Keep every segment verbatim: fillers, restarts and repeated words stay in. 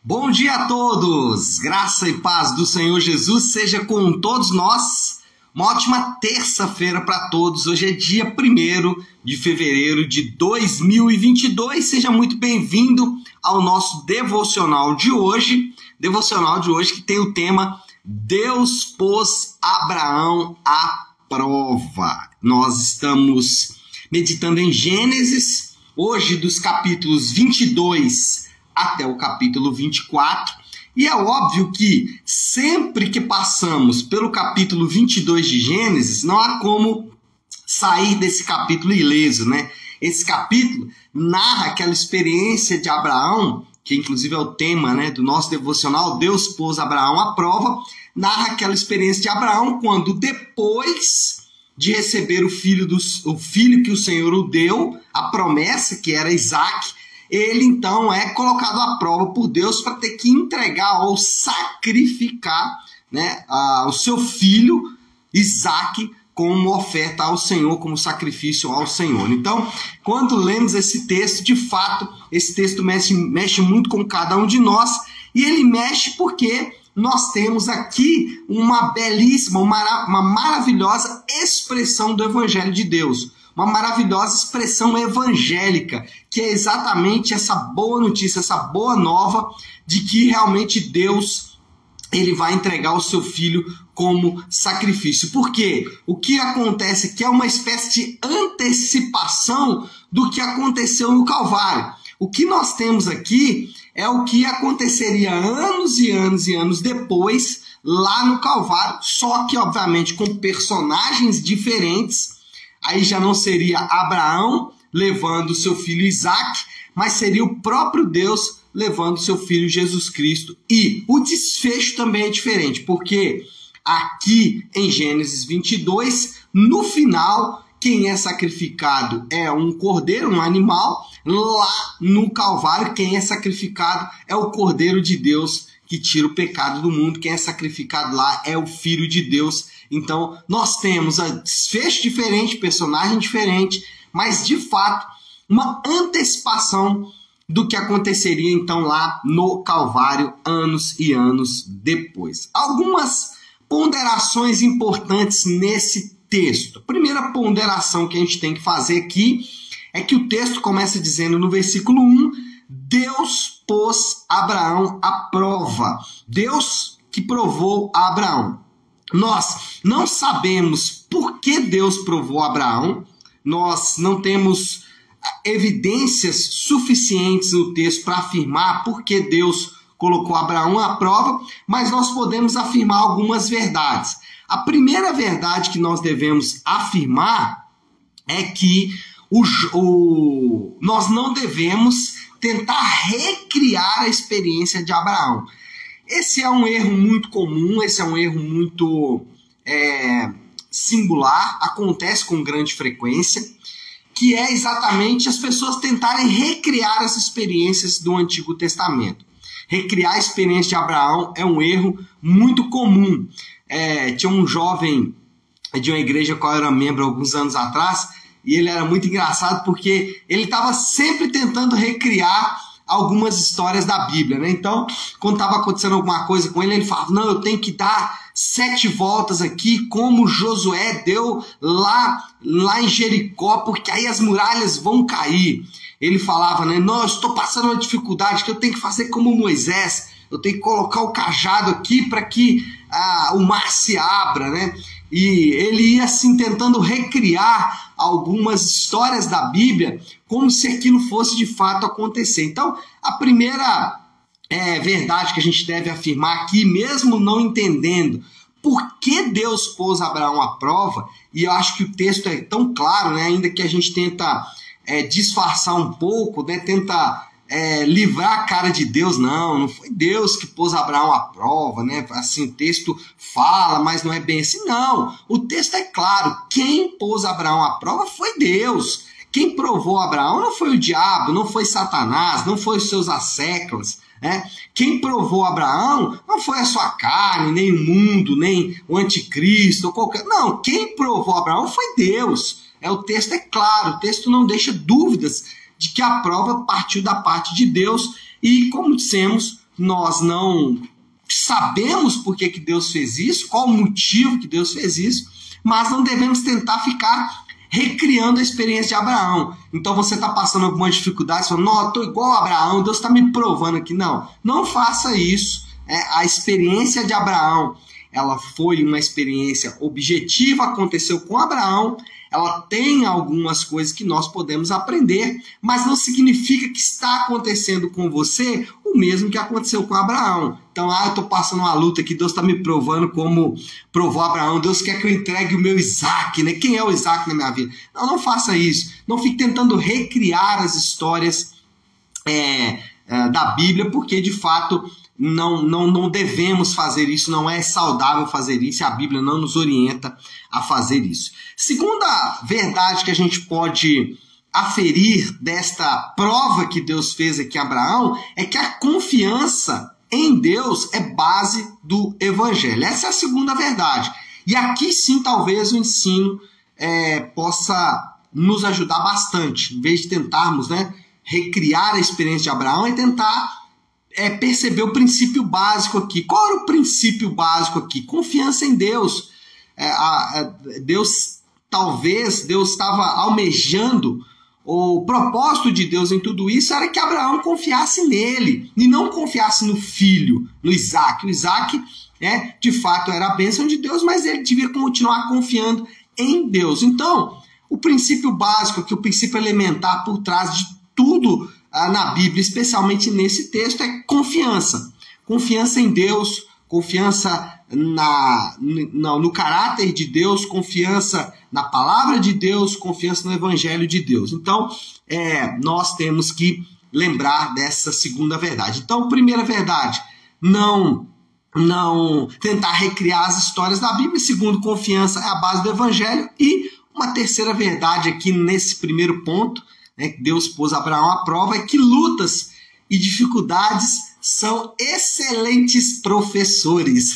Bom dia a todos! Graça e paz do Senhor Jesus seja com todos nós. Uma ótima terça-feira para todos. Hoje é dia primeiro de fevereiro de dois mil e vinte e dois. Seja muito bem-vindo ao nosso devocional de hoje. Devocional de hoje que tem o tema Deus pôs Abraão à prova. Nós estamos meditando em Gênesis, hoje dos capítulos vinte e dois até o capítulo vinte e quatro, e é óbvio que sempre que passamos pelo capítulo vinte e dois de Gênesis, não há como sair desse capítulo ileso, né? Esse capítulo narra aquela experiência de Abraão, que inclusive é o tema, né, do nosso devocional, Deus pôs Abraão à prova, narra aquela experiência de Abraão quando depois de receber o filho, do, o filho que o Senhor o deu, a promessa que era Isaac, ele então é colocado à prova por Deus para ter que entregar ou sacrificar, né, a, o seu filho Isaac como oferta ao Senhor, como sacrifício ao Senhor. Então, quando lemos esse texto, de fato, esse texto mexe, mexe muito com cada um de nós, e ele mexe porque nós temos aqui uma belíssima, uma, uma maravilhosa expressão do Evangelho de Deus. Uma maravilhosa expressão evangélica, que é exatamente essa boa notícia, essa boa nova de que realmente Deus ele vai entregar o seu filho como sacrifício. Por quê? O que acontece aqui é uma espécie de antecipação do que aconteceu no Calvário. O que nós temos aqui é o que aconteceria anos e anos e anos depois, lá no Calvário, só que, obviamente, com personagens diferentes. Aí já não seria Abraão levando seu filho Isaac, mas seria o próprio Deus levando seu filho Jesus Cristo. E o desfecho também é diferente, porque aqui em Gênesis vinte e dois, no final, quem é sacrificado é um cordeiro, um animal. Lá no Calvário, quem é sacrificado é o Cordeiro de Deus que tira o pecado do mundo. Quem é sacrificado lá é o Filho de Deus. Então, nós temos um desfecho diferente, personagem diferente, mas, de fato, uma antecipação do que aconteceria, então, lá no Calvário, anos e anos depois. Algumas ponderações importantes nesse texto. A primeira ponderação que a gente tem que fazer aqui é que o texto começa dizendo no versículo um, Deus pôs Abraão à prova. Deus que provou a Abraão. Nós não sabemos por que Deus provou Abraão, nós não temos evidências suficientes no texto para afirmar por que Deus colocou Abraão à prova, mas nós podemos afirmar algumas verdades. A primeira verdade que nós devemos afirmar é que o, o, nós não devemos tentar recriar a experiência de Abraão. Esse é um erro muito comum, esse é um erro muito é, singular, acontece com grande frequência, que é exatamente as pessoas tentarem recriar as experiências do Antigo Testamento. Recriar a experiência de Abraão é um erro muito comum. É, tinha um jovem de uma igreja qual eu era membro alguns anos atrás, e ele era muito engraçado porque ele estava sempre tentando recriar algumas histórias da Bíblia, né? Então, quando estava acontecendo alguma coisa com ele, ele falava, não, eu tenho que dar sete voltas aqui, como Josué deu lá, lá em Jericó, porque aí as muralhas vão cair. Ele falava, né? Não, eu estou passando uma dificuldade que eu tenho que fazer como Moisés, eu tenho que colocar o cajado aqui para que ah, o mar se abra, né? E ele ia assim tentando recriar algumas histórias da Bíblia como se aquilo fosse de fato acontecer. Então, a primeira é, verdade que a gente deve afirmar aqui, mesmo não entendendo por que Deus pôs Abraão à prova, e eu acho que o texto é tão claro, né, ainda que a gente tenta é, disfarçar um pouco, né, tenta é, livrar a cara de Deus, não, não foi Deus que pôs Abraão à prova, né? Assim, o texto fala, mas não é bem assim, não. O texto é claro, quem pôs Abraão à prova foi Deus. Quem provou Abraão não foi o diabo, não foi Satanás, não foi os seus asseclas, né? Quem provou Abraão não foi a sua carne, nem o mundo, nem o anticristo, ou qualquer... Não, quem provou Abraão foi Deus. É, o texto é claro, o texto não deixa dúvidas de que a prova partiu da parte de Deus e, como dissemos, nós não sabemos por que, que Deus fez isso, qual o motivo que Deus fez isso, mas não devemos tentar ficar recriando a experiência de Abraão. Então você está passando alguma dificuldade, falando, não, eu estou igual a Abraão, Deus está me provando aqui. Não, não faça isso. É, a experiência de Abraão, ela foi uma experiência objetiva, aconteceu com Abraão, ela tem algumas coisas que nós podemos aprender, mas não significa que está acontecendo com você o mesmo que aconteceu com Abraão. Então, ah, eu estou passando uma luta aqui, Deus está me provando como provou Abraão, Deus quer que eu entregue o meu Isaac, né? Quem é o Isaac na minha vida? Não, não faça isso. Não fique tentando recriar as histórias é, é, da Bíblia, porque, de fato, não, não, não devemos fazer isso, não é saudável fazer isso, e a Bíblia não nos orienta a fazer isso. Segunda verdade que a gente pode aferir desta prova que Deus fez aqui a Abraão é que a confiança em Deus é base do Evangelho. Essa é a segunda verdade. E aqui sim, talvez o ensino é, possa nos ajudar bastante. Em vez de tentarmos, né, recriar a experiência de Abraão, é tentar é, perceber o princípio básico aqui. Qual era o princípio básico aqui? Confiança em Deus. É, a, a, Deus, talvez, Deus estava almejando, o propósito de Deus em tudo isso era que Abraão confiasse nele e não confiasse no filho, no Isaac. O Isaac, é, de fato, era a bênção de Deus, mas ele devia continuar confiando em Deus. Então, o princípio básico, que o princípio elementar por trás de tudo ah, na Bíblia, especialmente nesse texto, é confiança. Confiança em Deus, confiança na, no, no caráter de Deus, confiança na palavra de Deus, confiança no Evangelho de Deus. Então, é, nós temos que lembrar dessa segunda verdade. Então, primeira verdade, não, não tentar recriar as histórias da Bíblia. Segundo, confiança é a base do Evangelho. E uma terceira verdade aqui nesse primeiro ponto, né, que Deus pôs Abraão à prova, é que lutas e dificuldades são excelentes professores.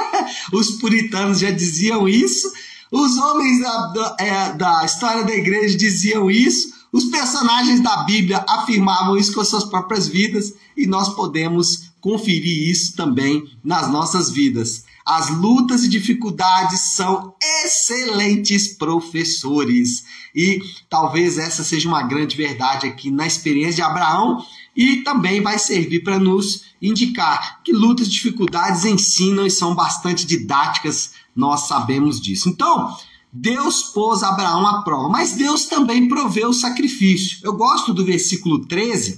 Os puritanos já diziam isso, os homens da, da, é, da história da igreja diziam isso, os personagens da Bíblia afirmavam isso com as suas próprias vidas, e nós podemos conferir isso também nas nossas vidas. As lutas e dificuldades são excelentes professores. E talvez essa seja uma grande verdade aqui na experiência de Abraão, e também vai servir para nos indicar que lutas e dificuldades ensinam e são bastante didáticas, nós sabemos disso. Então, Deus pôs Abraão à prova, mas Deus também proveu o sacrifício. Eu gosto do versículo treze,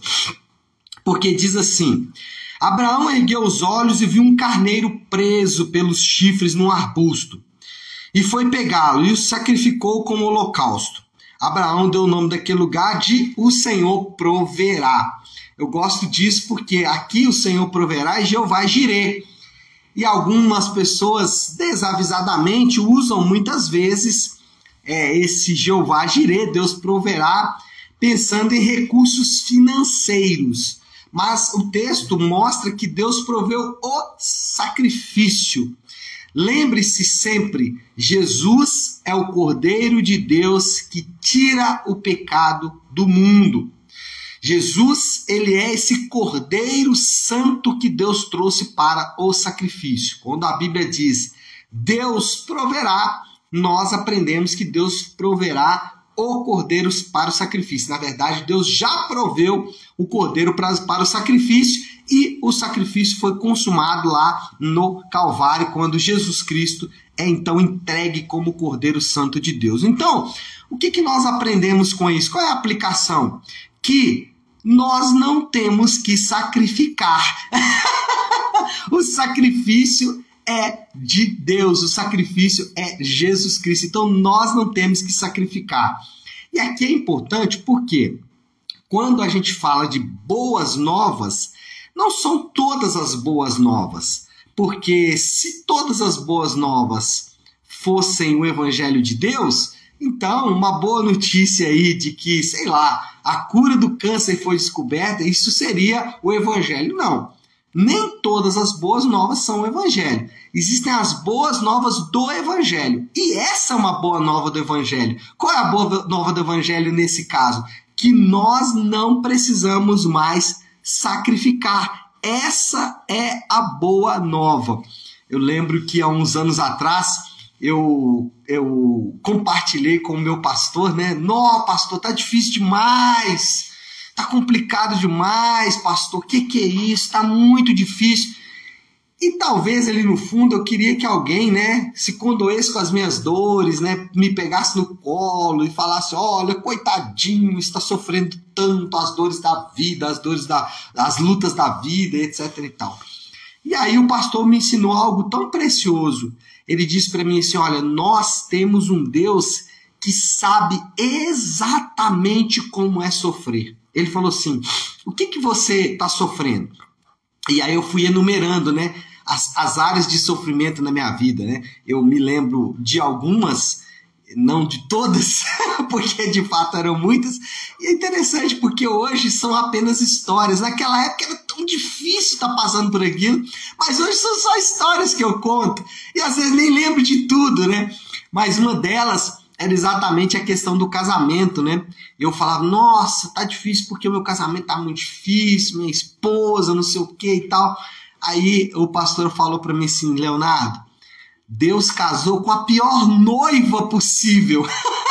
porque diz assim: Abraão ergueu os olhos e viu um carneiro preso pelos chifres num arbusto, e foi pegá-lo e o sacrificou como holocausto. Abraão deu o nome daquele lugar de O Senhor Proverá. Eu gosto disso porque aqui o Senhor proverá é Jeová Jirê. E algumas pessoas desavisadamente usam muitas vezes é, esse Jeová Jirê, Deus proverá, pensando em recursos financeiros. Mas o texto mostra que Deus proveu o sacrifício. Lembre-se sempre, Jesus é o Cordeiro de Deus que tira o pecado do mundo. Jesus, ele é esse Cordeiro Santo que Deus trouxe para o sacrifício. Quando a Bíblia diz Deus proverá, nós aprendemos que Deus proverá o Cordeiro para o sacrifício. Na verdade, Deus já proveu o Cordeiro para, para o sacrifício, e o sacrifício foi consumado lá no Calvário, quando Jesus Cristo é então entregue como Cordeiro Santo de Deus. Então, o que, que nós aprendemos com isso? Qual é a aplicação? Que nós não temos que sacrificar. O sacrifício é de Deus, o sacrifício é Jesus Cristo. Então nós não temos que sacrificar. E aqui é importante porque quando a gente fala de boas novas, não são todas as boas novas. Porque se todas as boas novas fossem o Evangelho de Deus, então uma boa notícia aí de que, sei lá, a cura do câncer foi descoberta, isso seria o Evangelho. Não. Nem todas as boas novas são o Evangelho. Existem as boas novas do Evangelho. E essa é uma boa nova do Evangelho. Qual é a boa nova do Evangelho nesse caso? Que nós não precisamos mais sacrificar. Essa é a boa nova. Eu lembro que há uns anos atrás eu, eu compartilhei com o meu pastor, né? Não, pastor, tá difícil demais, tá complicado demais, pastor, o que que é isso? Tá muito difícil. E talvez ali no fundo eu queria que alguém, né, se condoesse com as minhas dores, né, me pegasse no colo e falasse, olha, coitadinho, está sofrendo tanto as dores da vida, as dores da, as lutas da vida, etc e tal. E aí o pastor me ensinou algo tão precioso. Ele disse para mim assim, olha, nós temos um Deus que sabe exatamente como é sofrer. Ele falou assim, o que que você está sofrendo? E aí eu fui enumerando, né, as, as áreas de sofrimento na minha vida, né? Eu me lembro de algumas, não de todas, porque de fato eram muitas. E é interessante porque hoje são apenas histórias. Naquela época era tão difícil estar passando por aquilo, mas hoje são só histórias que eu conto. E às vezes nem lembro de tudo, né? Mas uma delas era exatamente a questão do casamento, né? Eu falava, nossa, tá difícil porque o meu casamento tá muito difícil, minha esposa, não sei o que e tal. Aí o pastor falou para mim assim, Leonardo, Deus casou com a pior noiva possível.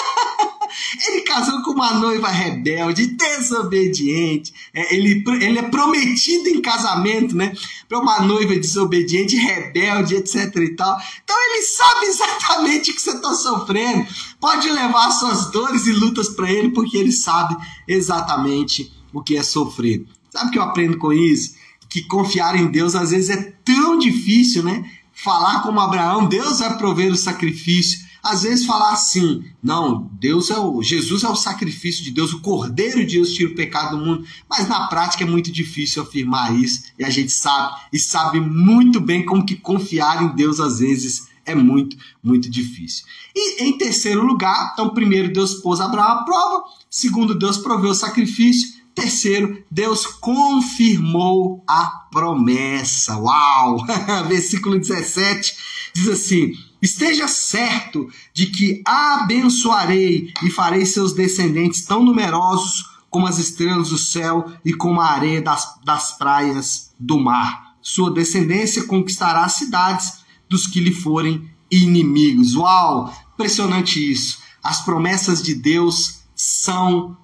Ele casou com uma noiva rebelde, desobediente. É, ele, ele é prometido em casamento, né? Para uma noiva desobediente, rebelde, etc e tal. Então ele sabe exatamente o que você está sofrendo. Pode levar suas dores e lutas para ele, porque ele sabe exatamente o que é sofrer. Sabe o que eu aprendo com isso? Que confiar em Deus às vezes é tão difícil, né? Falar como Abraão, Deus vai prover o sacrifício. Às vezes falar assim, não, Deus é o, Jesus é o sacrifício de Deus, o Cordeiro de Deus tira o pecado do mundo, mas na prática é muito difícil afirmar isso, e a gente sabe, e sabe muito bem como que confiar em Deus às vezes é muito, muito difícil. E em terceiro lugar, então primeiro Deus pôs Abraão à prova, segundo Deus proveu o sacrifício, terceiro, Deus confirmou a promessa. Uau! Versículo dezessete diz assim, esteja certo de que abençoarei e farei seus descendentes tão numerosos como as estrelas do céu e como a areia das, das praias do mar. Sua descendência conquistará as cidades dos que lhe forem inimigos. Uau! Impressionante isso. As promessas de Deus são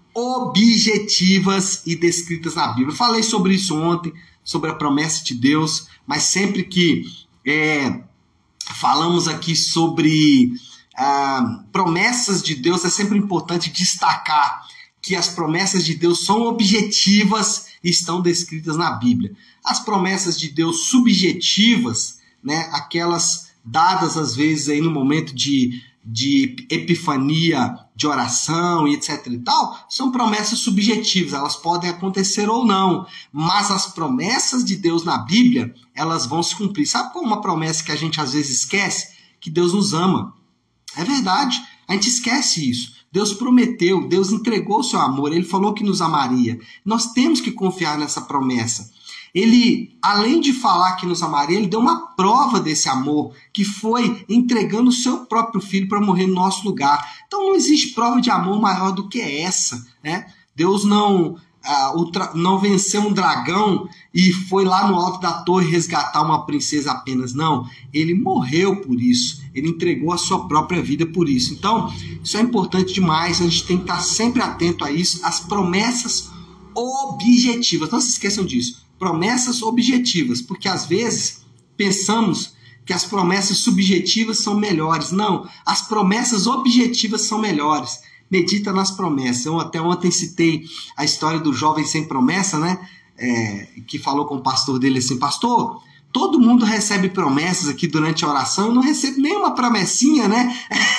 objetivas e descritas na Bíblia. Eu falei sobre isso ontem, sobre a promessa de Deus, mas sempre que é, falamos aqui sobre ah, promessas de Deus, é sempre importante destacar que as promessas de Deus são objetivas e estão descritas na Bíblia. As promessas de Deus subjetivas, né, aquelas dadas às vezes aí no momento de, de epifania, de oração e etc e tal, são promessas subjetivas, elas podem acontecer ou não, mas as promessas de Deus na Bíblia, elas vão se cumprir. Sabe qual é uma promessa que a gente às vezes esquece? Que Deus nos ama. É verdade, a gente esquece isso. Deus prometeu, Deus entregou o seu amor, Ele falou que nos amaria. Nós temos que confiar nessa promessa. Ele, além de falar que nos amaria, ele deu uma prova desse amor, que foi entregando o seu próprio filho para morrer no nosso lugar. Então não existe prova de amor maior do que essa, né? Deus não, ah, ultra, não venceu um dragão e foi lá no alto da torre resgatar uma princesa apenas, não. Ele morreu por isso, ele entregou a sua própria vida por isso. Então, isso é importante demais, a gente tem que estar sempre atento a isso, as promessas objetivas, não se esqueçam disso. Promessas objetivas, porque às vezes pensamos que as promessas subjetivas são melhores. Não, as promessas objetivas são melhores. Medita nas promessas. Eu até ontem citei a história do jovem sem promessa, né? É, que falou com o pastor dele assim, pastor, todo mundo recebe promessas aqui durante a oração, eu não recebo nenhuma promessinha, né?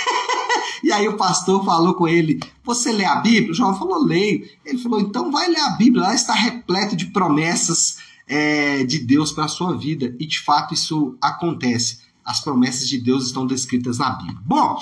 E aí o pastor falou com ele, você lê a Bíblia? O jovem falou, leio. Ele falou, então vai ler a Bíblia, lá está repleto de promessas é, de Deus para a sua vida. E de fato isso acontece. As promessas de Deus estão descritas na Bíblia. Bom,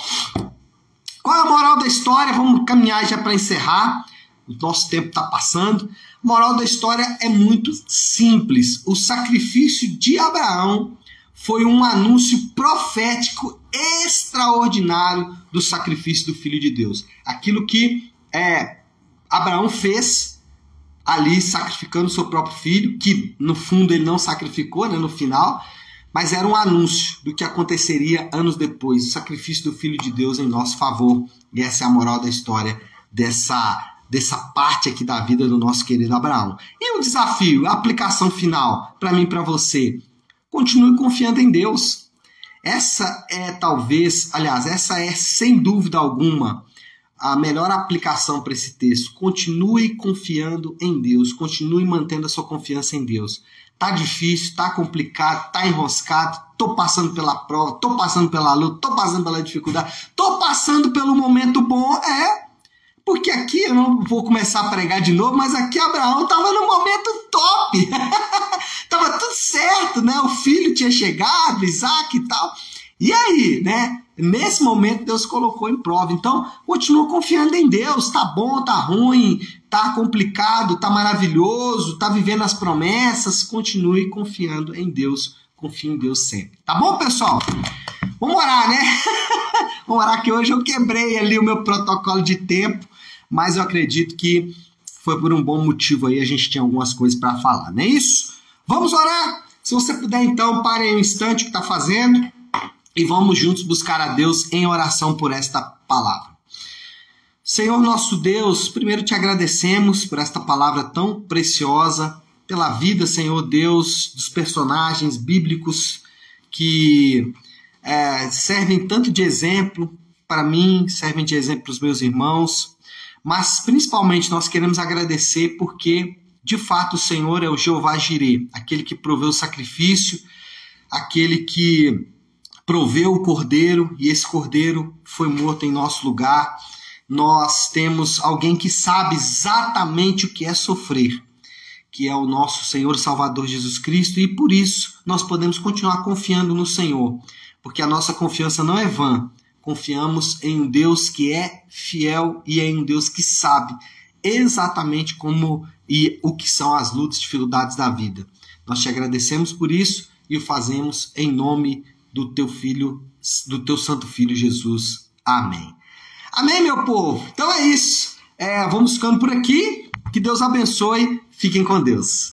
qual é a moral da história? Vamos caminhar já para encerrar. O nosso tempo está passando. A moral da história é muito simples. O sacrifício de Abraão foi um anúncio profético extraordinário do sacrifício do Filho de Deus. Aquilo que é, Abraão fez ali sacrificando o seu próprio filho, que no fundo ele não sacrificou, né, no final, mas era um anúncio do que aconteceria anos depois, o sacrifício do Filho de Deus em nosso favor. E essa é a moral da história dessa, dessa parte aqui da vida do nosso querido Abraão. E o desafio, a aplicação final para mim e para você, continue confiando em Deus. Essa é talvez, aliás, essa é sem dúvida alguma a melhor aplicação para esse texto. Continue confiando em Deus, continue mantendo a sua confiança em Deus. Tá difícil, tá complicado, tá enroscado, tô passando pela prova, tô passando pela luta, tô passando pela dificuldade, tô passando pelo momento bom, é, porque aqui eu não vou começar a pregar de novo, mas aqui Abraão tava no momento top, tava tudo certo, né, o filho tinha chegado, Isaac e tal, e aí, né, nesse momento Deus colocou em prova, então continua confiando em Deus, tá bom, tá ruim, tá complicado, tá maravilhoso, tá vivendo as promessas, continue confiando em Deus, confie em Deus sempre, tá bom, pessoal? Vamos orar, né? Vamos orar que hoje eu quebrei ali o meu protocolo de tempo, mas eu acredito que foi por um bom motivo aí, a gente tinha algumas coisas para falar, não é isso? Vamos orar? Se você puder então, pare aí um instante o que tá fazendo, e vamos juntos buscar a Deus em oração por esta palavra. Senhor nosso Deus, primeiro te agradecemos por esta palavra tão preciosa, pela vida, Senhor Deus, dos personagens bíblicos que é, servem tanto de exemplo para mim, servem de exemplo para os meus irmãos, mas principalmente nós queremos agradecer porque, de fato, o Senhor é o Jeová Jirê, aquele que proveu o sacrifício, aquele que proveu o cordeiro, e esse cordeiro foi morto em nosso lugar. Nós temos alguém que sabe exatamente o que é sofrer, que é o nosso Senhor e Salvador Jesus Cristo, e por isso nós podemos continuar confiando no Senhor, porque a nossa confiança não é vã. Confiamos em um Deus que é fiel e em um Deus que sabe exatamente como e o que são as lutas e dificuldades da vida. Nós te agradecemos por isso e o fazemos em nome do teu filho, do teu santo filho Jesus. Amém. Amém, meu povo? Então é isso. É, vamos ficando por aqui. Que Deus abençoe. Fiquem com Deus.